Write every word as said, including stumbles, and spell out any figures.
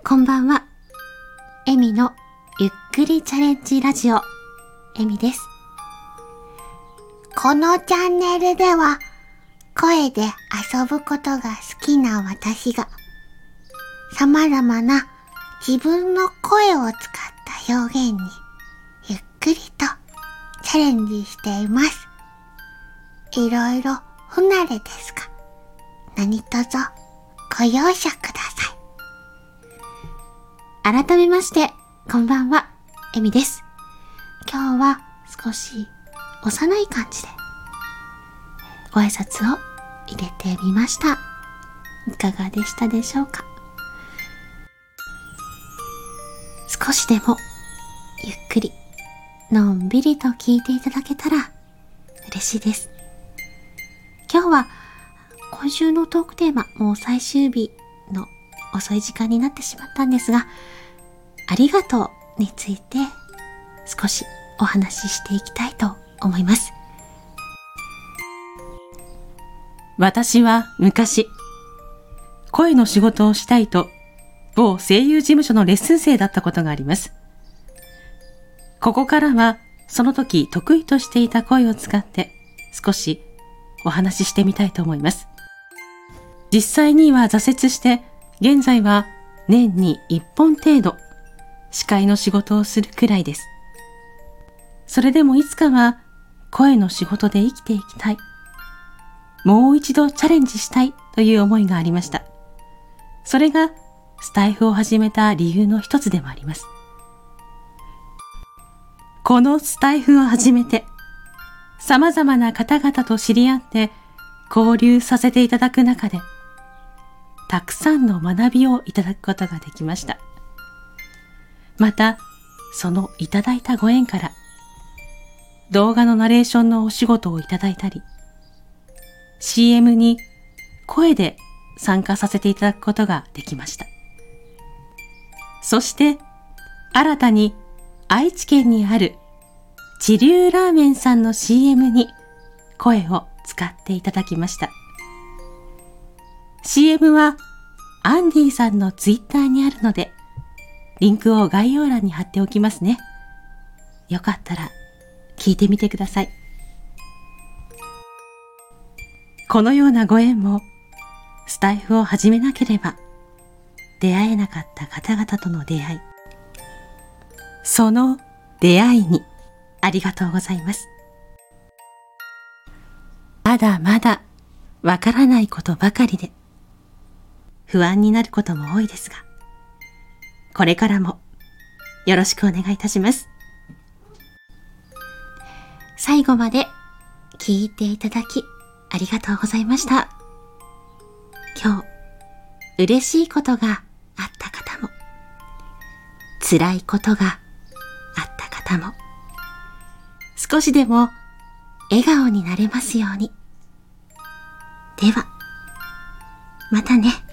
こんばんは。エミのゆっくりチャレンジラジオ、エミです。 このチャンネルでは、声で遊ぶことが好きな私が、様々な自分の声を使った表現に、ゆっくりとチャレンジしています。いろいろ不慣れですが、何卒ご容赦ください。 改めまして、こんばんは、エミです。今日は少し幼い感じでご挨拶を入れてみました。いかがでしたでしょうか。少しでもゆっくりのんびりと聞いていただけたら嬉しいです。今日は今週のトークテーマ、もう最終日の遅い時間になってしまったんですが、ありがとうについて少しお話ししていきたいと思います。 私は昔、声の仕事をしたいと某声優事務所のレッスン生だったことがあります。ここからはその時得意としていた声を使って少しお話ししてみたいと思います。実際には挫折して、現在は年にいっぽん程度司会の仕事をするくらいです。それでもいつかは声の仕事で生きていきたい。もう一度チャレンジしたいという思いがありました。それがスタイフを始めた理由の一つでもあります。このスタイフを始めて、様々な方々と知り合って交流させていただく中で、たくさんの学びをいただくことができました。また、そのいただいたご縁から、動画のナレーションのお仕事をいただいたり、シーエム に声で参加させていただくことができました。そして、新たに愛知県にあるちりゅうラーメンさんの シーエム に声を使っていただきました。シーエム はアンディさんのツイッターにあるので、リンクを概要欄に貼っておきますね。よかったら聞いてみてください。このようなご縁もスタイフを始めなければ出会えなかった方々との出会い。その出会いにありがとうございます。まだまだわからないことばかりで不安になることも多いですが、これからもよろしくお願いいたします。 最後まで聞いていただきありがとうございました。今日嬉しいことがあった方も、辛いことがあった方も、少しでも笑顔になれますように。では、またね。